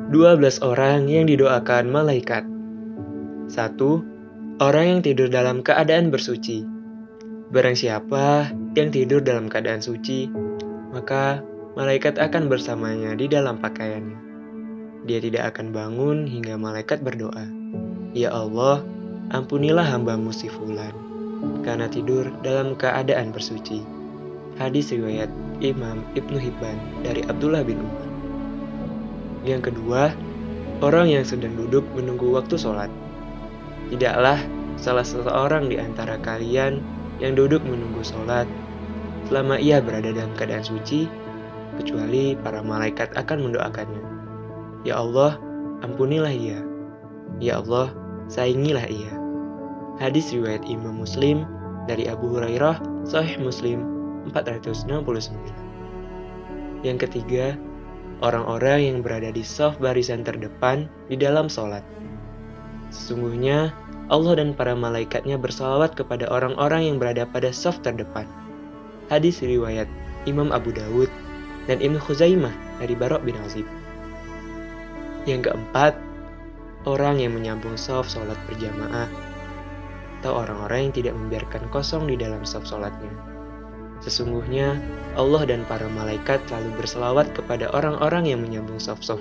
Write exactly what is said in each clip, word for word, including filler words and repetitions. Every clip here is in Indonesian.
dua belas orang yang didoakan malaikat. Satu. Orang yang tidur dalam keadaan bersuci. Barang siapa yang tidur dalam keadaan suci, maka malaikat akan bersamanya di dalam pakaiannya. Dia tidak akan bangun hingga malaikat berdoa, "Ya Allah, ampunilah hamba-Mu si Fulan, karena tidur dalam keadaan bersuci." Hadis riwayat Imam Ibnu Hibban dari Abdullah bin Umar. Yang kedua, orang yang sedang duduk menunggu waktu sholat. Tidaklah salah seseorang di antara kalian yang duduk menunggu sholat selama ia berada dalam keadaan suci, kecuali para malaikat akan mendoakannya. Ya Allah, ampunilah ia. Ya Allah, sayangilah ia. Hadis riwayat Imam Muslim dari Abu Hurairah, Sahih Muslim empat ratus enam puluh sembilan. Yang ketiga, orang-orang yang berada di shaf barisan terdepan di dalam sholat. Sesungguhnya Allah dan para malaikatnya bersalawat kepada orang-orang yang berada pada shaf terdepan. Hadis riwayat Imam Abu Dawud dan Ibnu Khuzaimah dari Barok bin Azib. Yang keempat, orang yang menyambung shaf sholat berjamaah, atau orang-orang yang tidak membiarkan kosong di dalam shaf sholatnya. Sesungguhnya Allah dan para malaikat selalu berselawat kepada orang-orang yang menyambung shaf-shaf.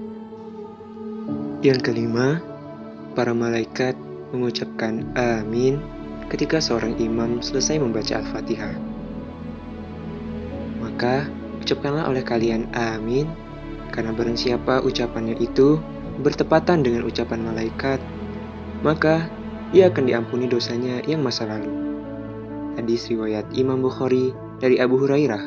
Yang kelima, para malaikat mengucapkan amin ketika seorang imam selesai membaca Al-Fatihah. Maka ucapkanlah oleh kalian amin, karena barang siapa ucapannya itu bertepatan dengan ucapan malaikat, maka ia akan diampuni dosanya yang masa lalu. Hadis riwayat Imam Bukhari dari Abu Hurairah.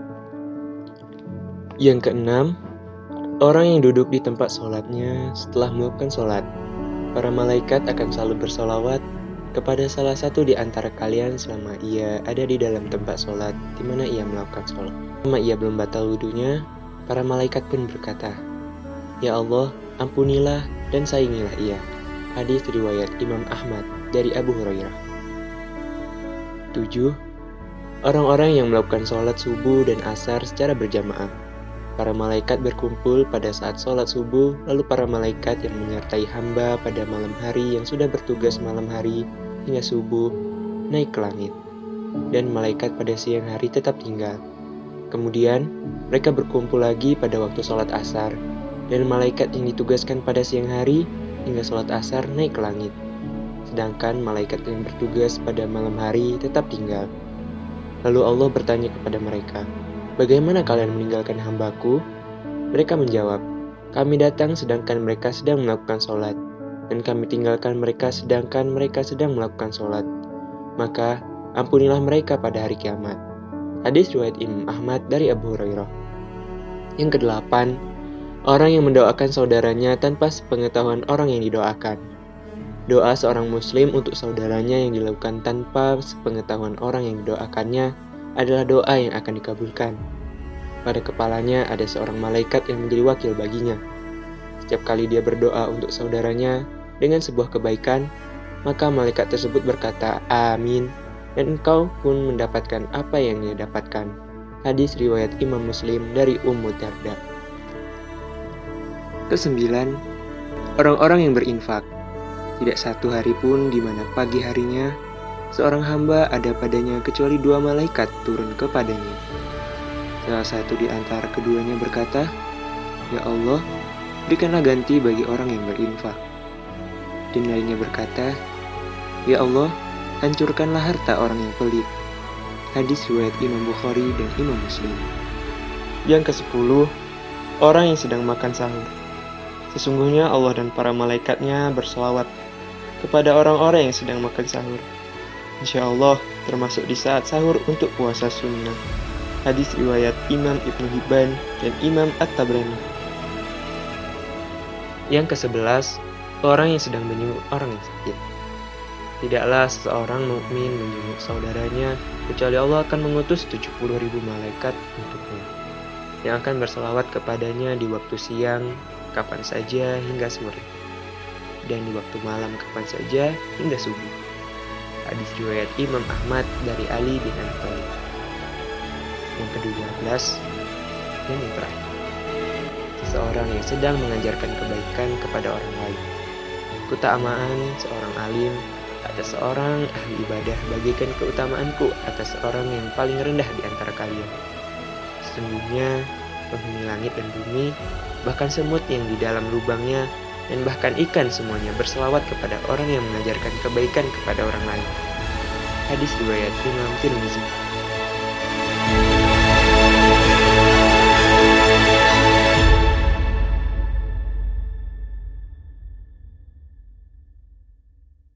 Yang keenam, orang yang duduk di tempat sholatnya setelah melakukan sholat. Para malaikat akan selalu bersolawat kepada salah satu di antara kalian selama ia ada di dalam tempat sholat di mana ia melakukan sholat. Selama ia belum batal wudunya, para malaikat pun berkata, "Ya Allah, ampunilah dan sayangilah ia." Hadis riwayat Imam Ahmad dari Abu Hurairah. Tujuh. Orang-orang yang melakukan sholat subuh dan asar secara berjamaah. Para malaikat berkumpul pada saat sholat subuh, lalu para malaikat yang menyertai hamba pada malam hari yang sudah bertugas malam hari hingga subuh naik ke langit. Dan malaikat pada siang hari tetap tinggal. Kemudian, mereka berkumpul lagi pada waktu sholat asar, dan malaikat yang ditugaskan pada siang hari hingga sholat asar naik ke langit. Sedangkan malaikat yang bertugas pada malam hari tetap tinggal. Lalu Allah bertanya kepada mereka, "Bagaimana kalian meninggalkan hambaku?" Mereka menjawab, "Kami datang sedangkan mereka sedang melakukan sholat, dan kami tinggalkan mereka sedangkan mereka sedang melakukan sholat. Maka ampunilah mereka pada hari kiamat." Hadis riwayat Imam Ahmad dari Abu Hurairah. Yang kedelapan, orang yang mendoakan saudaranya tanpa sepengetahuan orang yang didoakan. Doa seorang muslim untuk saudaranya yang dilakukan tanpa sepengetahuan orang yang didoakannya adalah doa yang akan dikabulkan. Pada kepalanya ada seorang malaikat yang menjadi wakil baginya. Setiap kali dia berdoa untuk saudaranya dengan sebuah kebaikan, maka malaikat tersebut berkata, "Amin," dan engkau pun mendapatkan apa yang dia dapatkan. Hadis riwayat Imam Muslim dari Ummu Darda. Kesembilan, orang-orang yang berinfak. Tidak satu hari pun di mana pagi harinya seorang hamba ada padanya kecuali dua malaikat turun kepadanya. Salah satu di antara keduanya berkata, "Ya Allah, berikanlah ganti bagi orang yang berinfak." Dan lainnya berkata, "Ya Allah, hancurkanlah harta orang yang pelit." Hadis riwayat Imam Bukhari dan Imam Muslim. Yang kesepuluh, orang yang sedang makan sahur. Sesungguhnya Allah dan para malaikatnya berselawat kepada orang-orang yang sedang makan sahur. Insya Allah termasuk di saat sahur untuk puasa sunnah. Hadis riwayat Imam Ibnu Hibban dan Imam At-Tabrani. Yang kesebelas, orang yang sedang menjenguk orang yang sakit. Tidaklah seseorang mukmin menjenguk saudaranya kecuali Allah akan mengutus tujuh puluh ribu malaikat untuknya, yang akan berselawat kepadanya di waktu siang kapan saja hingga sore, dan di waktu malam kapan saja hingga subuh. Hadis riwayat Imam Ahmad dari Ali bin Abi Thalib. Yang kedua belas dan yang terakhir, seseorang yang sedang mengajarkan kebaikan kepada orang lain. Keutamaan seorang alim atas seorang ahli ibadah bagaikan keutamaanku atas seorang yang paling rendah di antara kalian. Sesungguhnya, penghuni langit dan bumi, bahkan semut yang di dalam lubangnya, dan bahkan ikan semuanya berselawat kepada orang yang mengajarkan kebaikan kepada orang lain. Hadis riwayat Imam Tirmizi.